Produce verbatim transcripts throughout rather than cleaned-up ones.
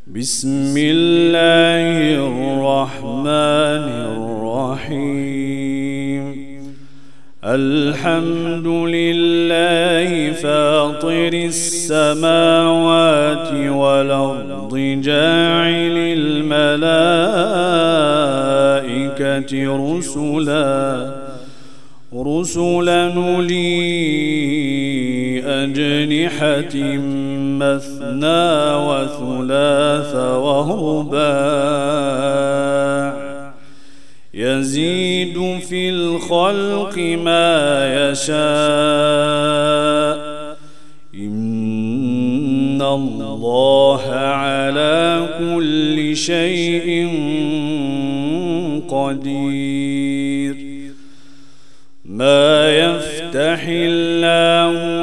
بسم الله الرحمن الرحيم. الحمد لله فاطر السماوات والأرض جاعل الملائكة رسلا رسلا أولي أجنحة مثنى وثلاث ورباع يزيد في الخلق ما يشاء إن الله على كل شيء قدير. ما يفتح الله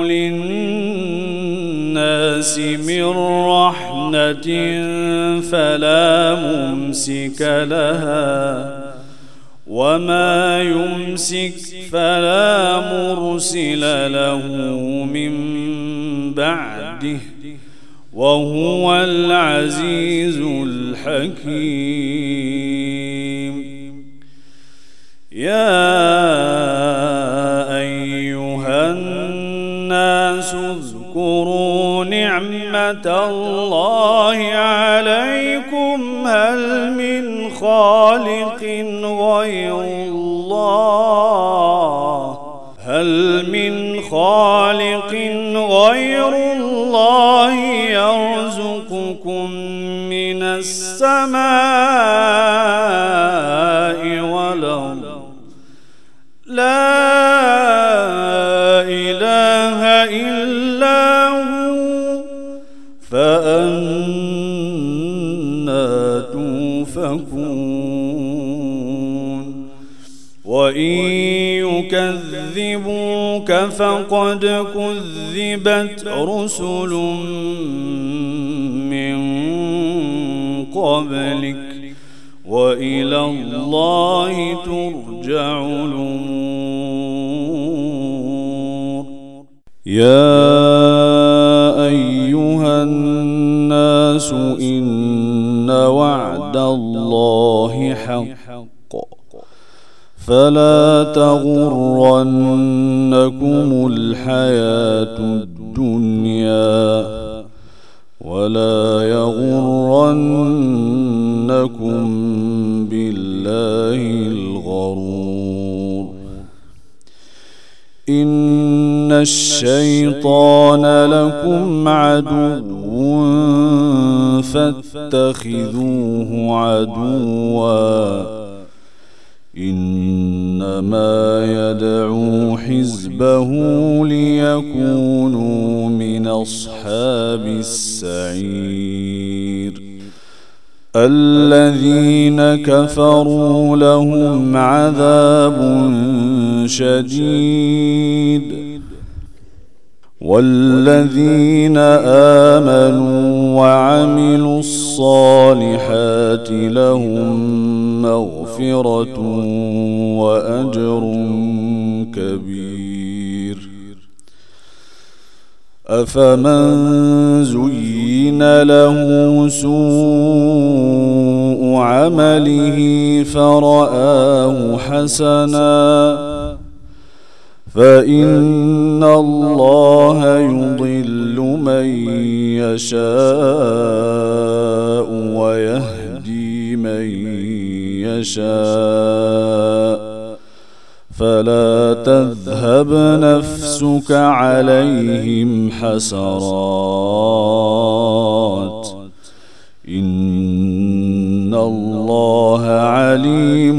للناس من رحمة فلا ممسك لها وما يمسك فلا مرسل له من بعده وهو العزيز الحكيم. يا أيها الناس اذكروا نعمة الله عليكم هل من خالق غير الله هل من خالق غير الله يرزقكم من السماء والأرض لا إله إلا هو فأنى توفكون. وإن يكذبوك فقد كذبت رسل من قبلك وإلى الله ترجع الأمور. يا أيها الناس إن وعد الله حق فلا تغرنكم الحياة الدنيا ولا يغرنكم بالله الغرور. إن الشيطان لكم عدو فاتخذوه عدوا إنما يدعو حزبه ليكونوا من أصحاب السعير. الذين كفروا لهم عذاب شديد والذين آمنوا وعملوا الصالحات لهم مغفرة وأجر كبير. أفمن زين له سوء عمله فرآه حسنا فإن الله يضل من يشاء ويهدي من يشاء فلا تذهب نفسك عليهم حسرات إن الله عليم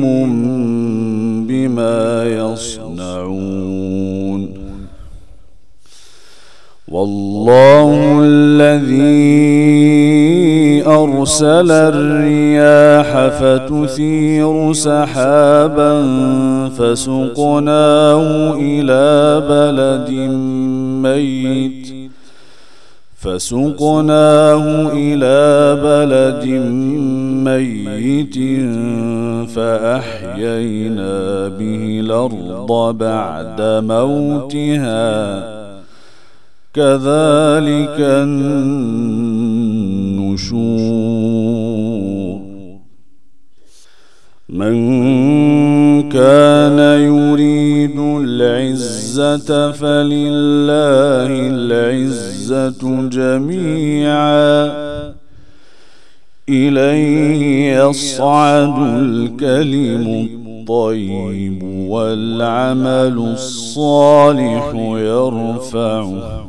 بما يصنعون. والله الذي أرسل الرياح فتثير سحابا فسقناه إلى بلد ميت فسقناه إلى بلد ميت فأحيينا به الأرض بعد موتها كذلك النشور. من كان يريد العزة فلله العزة جميعا إليه يصعد الكلم الطيب والعمل الصالح يرفعه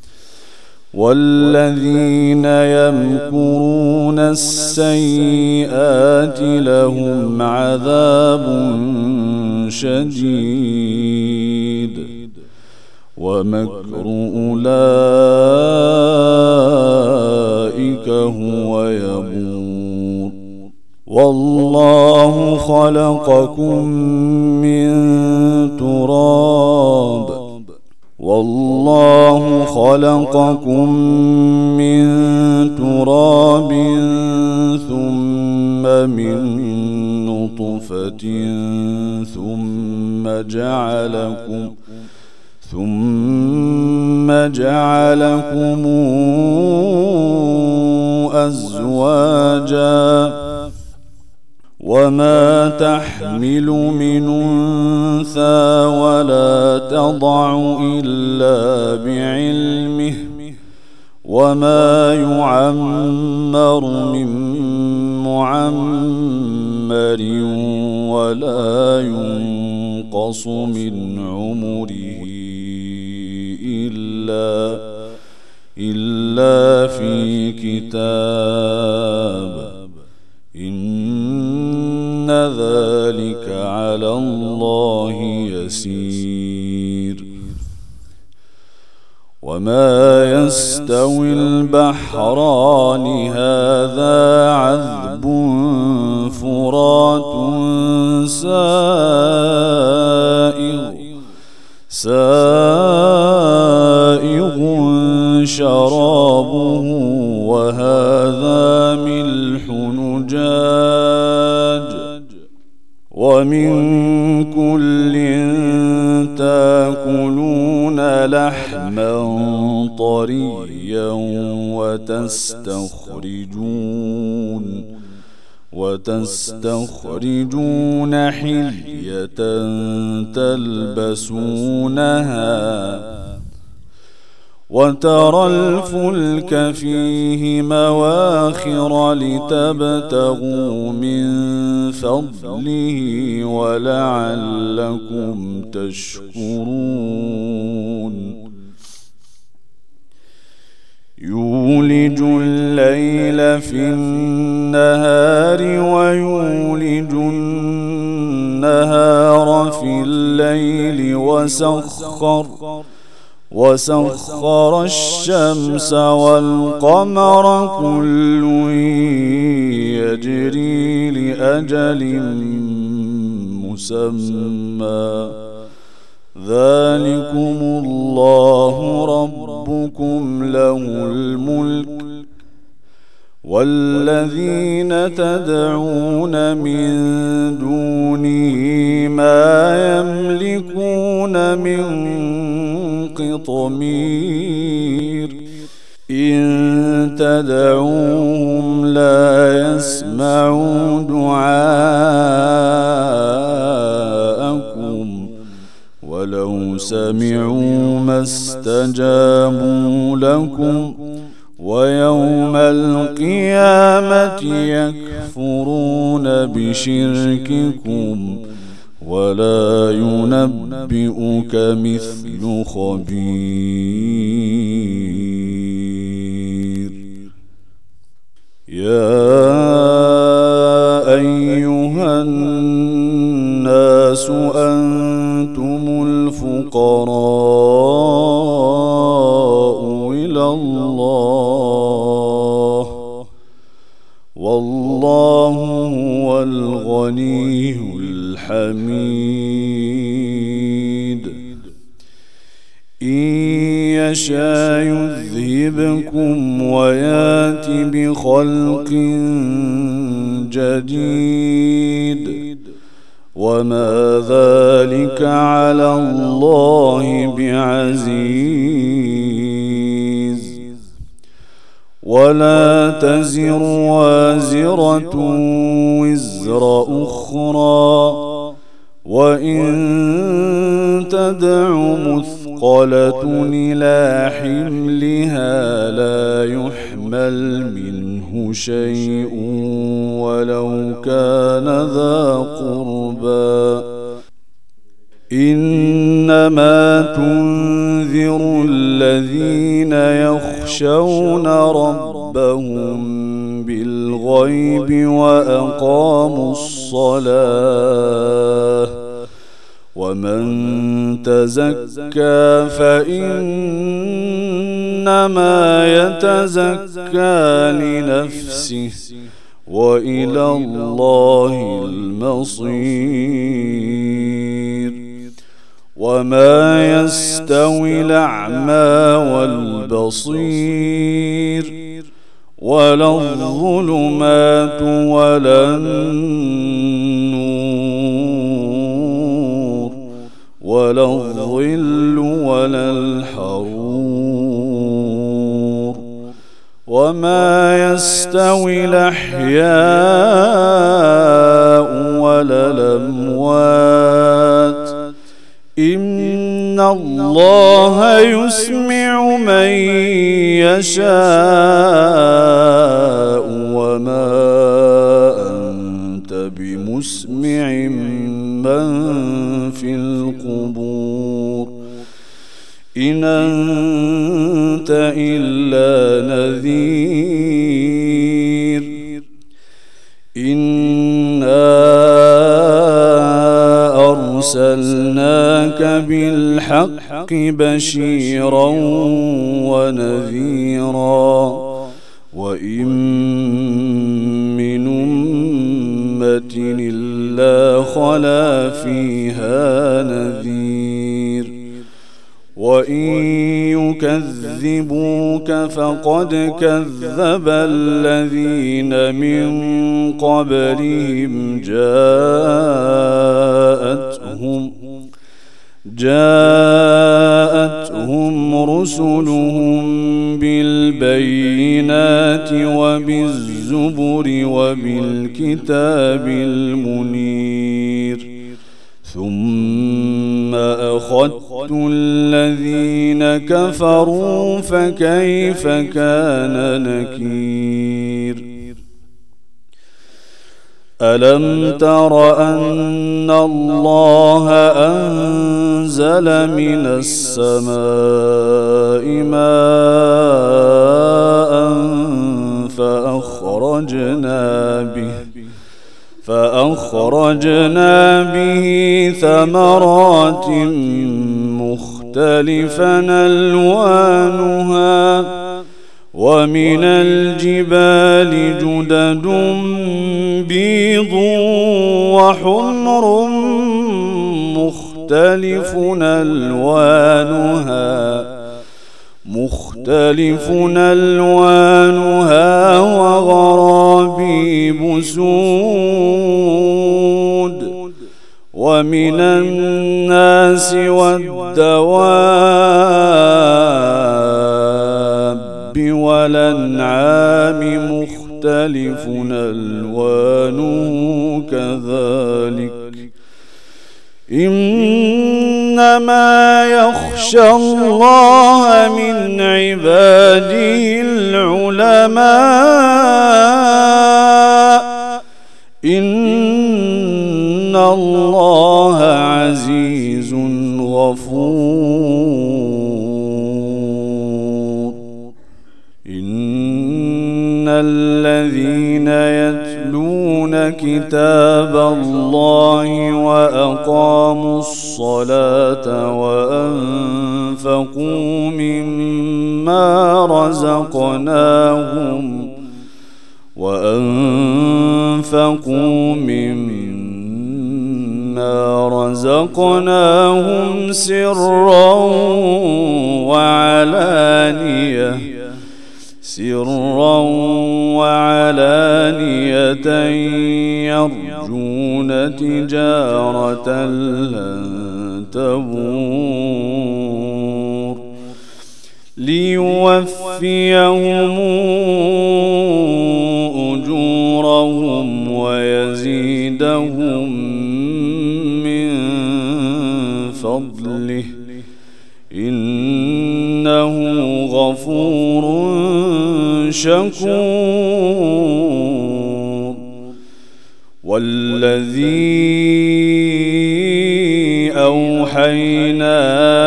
والذين يمكرون السيئات لهم عذاب شديد ومكر أولئك هو يبور والله خلقكم من تراب والله خلقكم من تراب ثم من نطفة ثم جعلكم ثم جعلكم أزواجا وما تحمل من أنثى ولا تضع إلا بعلمه وما يعمر من معمر ولا ينقص من عمره إلا إلا في كتاب إن ذلك على الله يسير وما يستوي البحران هذا عذب فرات سائغ سائغ شرابه وهذا ملح نجاج ومن كل تاكلون لحما طريا وتستخرجون وتستخرجون حلية تلبسونها وترى الفلك فيه مواخر لتبتغوا من فضله ولعلكم تشكرون يولج الليل في النهار ويولج النهار في الليل وسخر وسخر الشمس والقمر كل يجري لأجل مسمى ذلكم الله ربكم له الملك والذين تدعون من دونه ما يملكون من قطمير إن تدعوهم لا يسمعوا دعاءكم ولو سمعوا ما استجابوا لكم ويوم القيامة يكفرون بشرككم ولا ينبئك مثل خبير يا أيها الناس أنتم الفقراء إلى الله والله هو الغني الحميد إن يشاء يذهبكم ويات بخلق جديد وما ذلك على الله بعزيز ولا تزر وازرة وزر أخرى، وإن تدع مثقلة إلى حملها لا يحمل منه شيء ولو كان ذا قربى. إنما تنذر الذين يخشون ربهم بالغيب وأقاموا الصلاة، ومن تزكى فإنما يتزكى لنفسه وإلى الله المصير. وما يستوي الأعمى والبصير ولا الظلمات ولا النور ولا الظل ولا الحرور، وما يستوي الأحياء ولا الأموات، إن الله يسمع من يشاء وما أنت بمسمع من في القبور، إن أنت إلا نذير. إنا أرسلناك بالحق بشيرا ونذيرا، وإن من أمة إلا خلا فيها نذير، وإن يكذبوك فقد كذب الذين من قبلهم جاءتهم جاءتهم رسلهم بالبينات وبالزبر وبالكتاب المنير، ثم أخذت الذين كفروا فكيف كان نكير. ألم تر أن الله أنزل من السماء ماء فأخرجنا به فأخرجنا به ثمرات مختلفا ألوانها، ومن الجبال جدد بيض وحمر مختلف ألوانها مختلف ألوانها وغرابيب سود، ومن الناس والدواب والأنعام مختلف ألوانه كذلك، إنما يخشى الله من عباده العلماء، إن الله عزيز غفور. إن الذين يتلون كتاب الله وأقاموا الصلاة وأنفقوا مما رزقناهم وأنفقوا مما رزقناهم سرا وعلانية سرا وعلانية يرجون تجارة لن تبور، ليوفيهم أجورهم ويزيدهم من فضله إنه غفور شكور. والذي أوحينا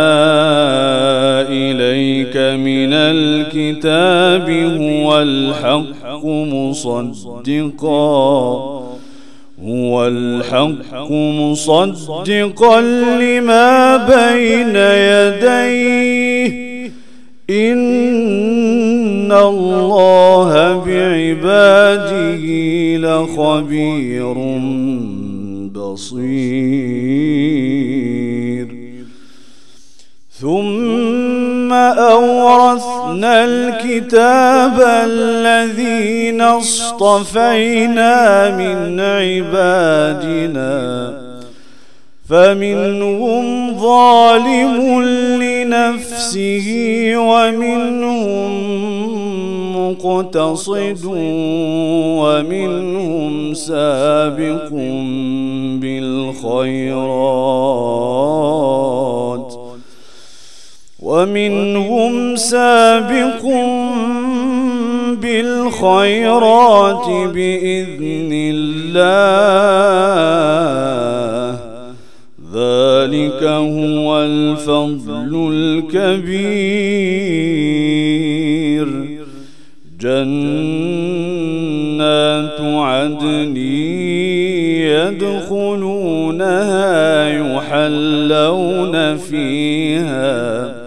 إليك من الكتاب هو الحق مصدقا هو الحق مصدقا لما بين يديه إن الله بعباده لخبير بصير. ثم أورثنا الكتاب الذين اصطفينا من عبادنا فمنهم ظالم لنفسه ومنهم مقتصد ومنهم سابق بالخيرات ومنهم سابق بالخيرات بإذن الله ذلك هو الفضل الكبير. جنات عدن يدخلونها يحلون فيها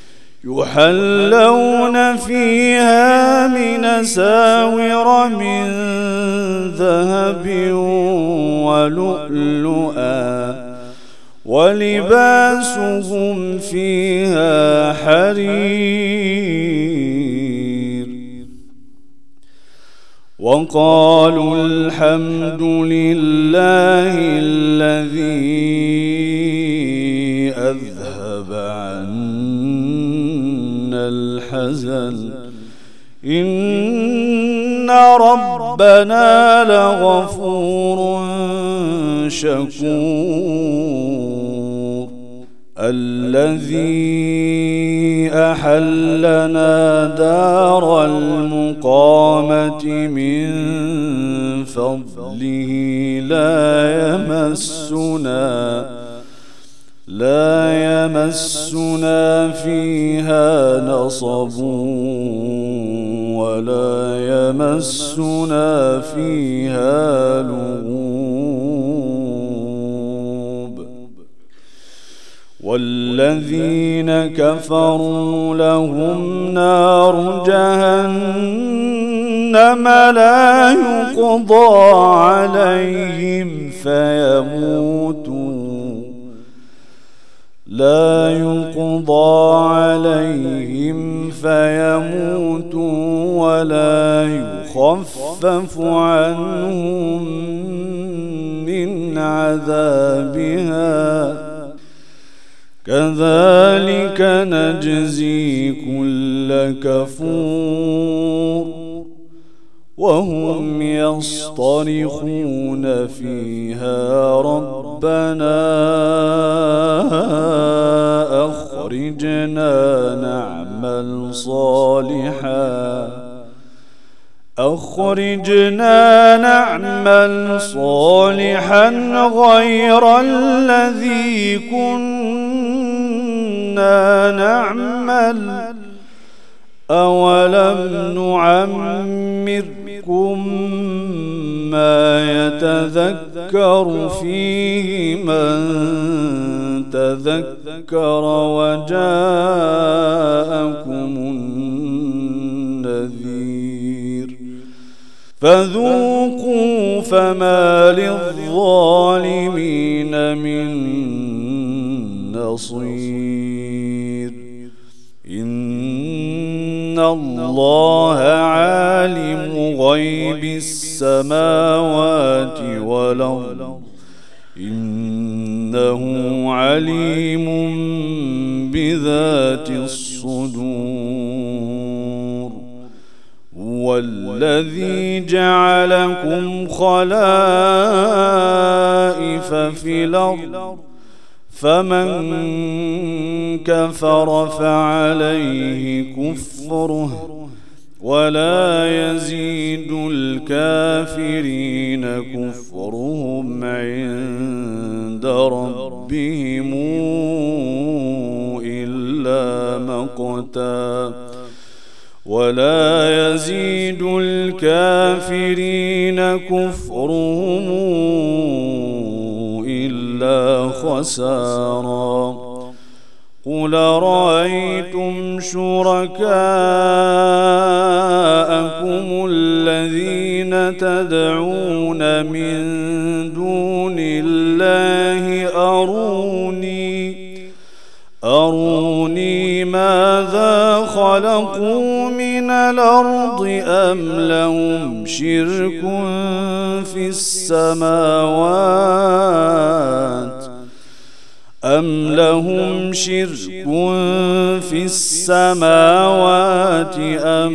يحلون فيها من أساور من ذهب ولؤلؤا ولباسهم فيها حرير. وقالوا الحمد لله الذي أذهب عنا الحزن إن ربنا لغفور شكور. الذي أحلنا دار المقامة من فضله لا يمسنا لا يمسنا فيها نصب ولا يمسنا فيها لغوب. والذين كفروا لهم نار جهنم لا يقضى عليهم فيموتوا لا يقضى عليهم فيموتوا ولا يخفف عنهم من عذابها كذلك نجزي كل كفور. وهم يصطرخون فيها ربنا أخرجنا نعمل صالحا أخرجنا نعمل صالحا غير الذي كنا نعمل أولم نعمركم ما يتذكر فيه من تذكر وجاءكم النذير فذوقوا فما للظالمين من نصير. إن الله عالم غيب السماوات والأرض إنه عليم بذات الصدور. هو الذي جعلكم خلائف في الأرض فمن كفر فعليه كفره ولا يزيد الكافرين كفرهم عند ربهم إلا مقتا ولا يزيد الكافرين كفرهم إلا خسارا. قل رأيتم شركاءكم الذين تدعون من دون الله أروني أروني ماذا خلقوا من الأرض أم لهم شرك في السماوات أم لهم شرك في السماوات أم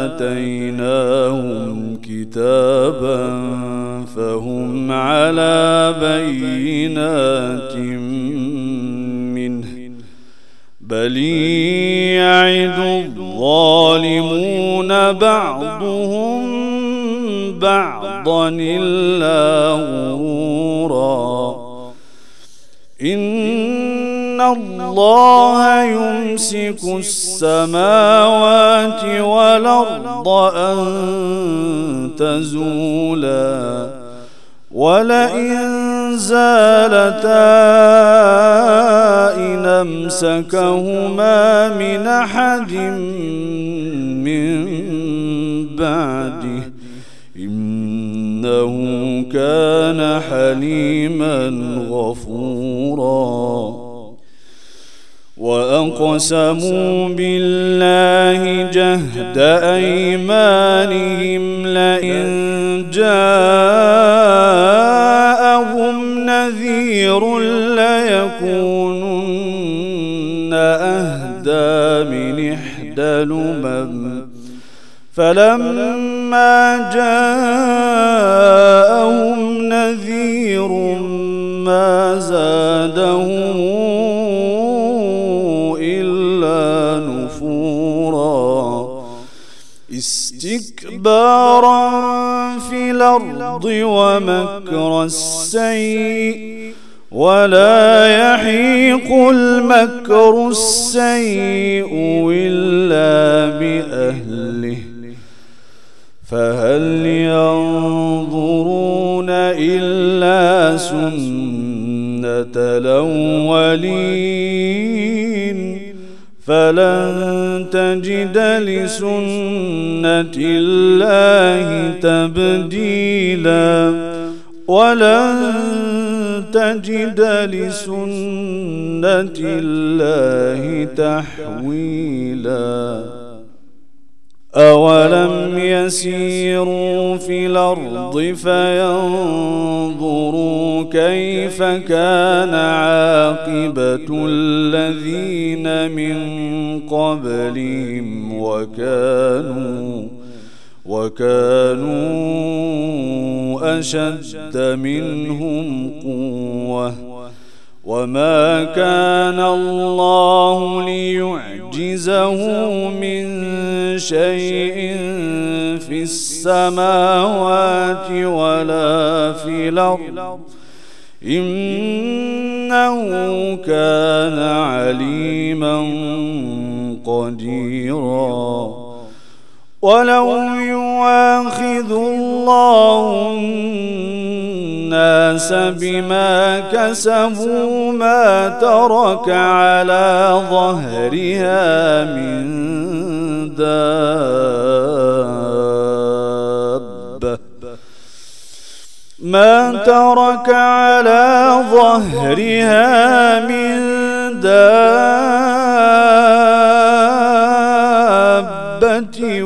آتيناهم كتابا فهم على بينات منه بل يعد الظالمون بعضهم بعضا إلا غرورا. إن الله يمسك السماوات والأرض أن تزولا ولئن زالتا إن أمسكهما من أحد من بعده إنه كان حليما غفورا. وأقسموا بالله جهد أيمانهم لئن جاءهم نذير ليكونن أهدى من إحدى الأمم فلما جاءهم نذير ما زادهم إلا نفورا استكبارا في الأرض ومكر السيء ولا يحيق المكر السيء إلا بأهله فهل ينظرون إلا سنة الأولين فلن تجد لسنة الله تبديلا ولن تجد لسنة الله تحويلا. أولم يسيروا في الأرض فينظروا كيف كان عاقبة الذين من قبلهم وكانوا وكانوا أشد منهم قوة وما كان الله ليعجزه من شيء في السماوات ولا في الأرض إنه كان عليما قديرا. ولو يؤاخذ الله الناس بما كسبوا ما ترك على ظهرها من دابة ما ترك على ظهرها من دابة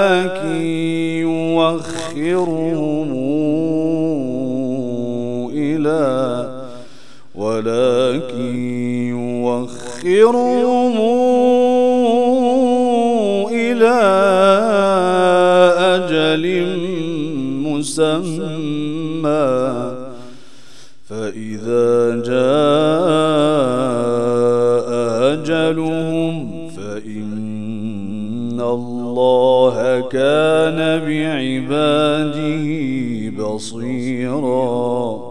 ولكن يؤخرهم إلى إلى ولكن يوخرهم إلى أجل مسمى فإذا جاء أجلهم فإن الله كان بعباده بصيراً.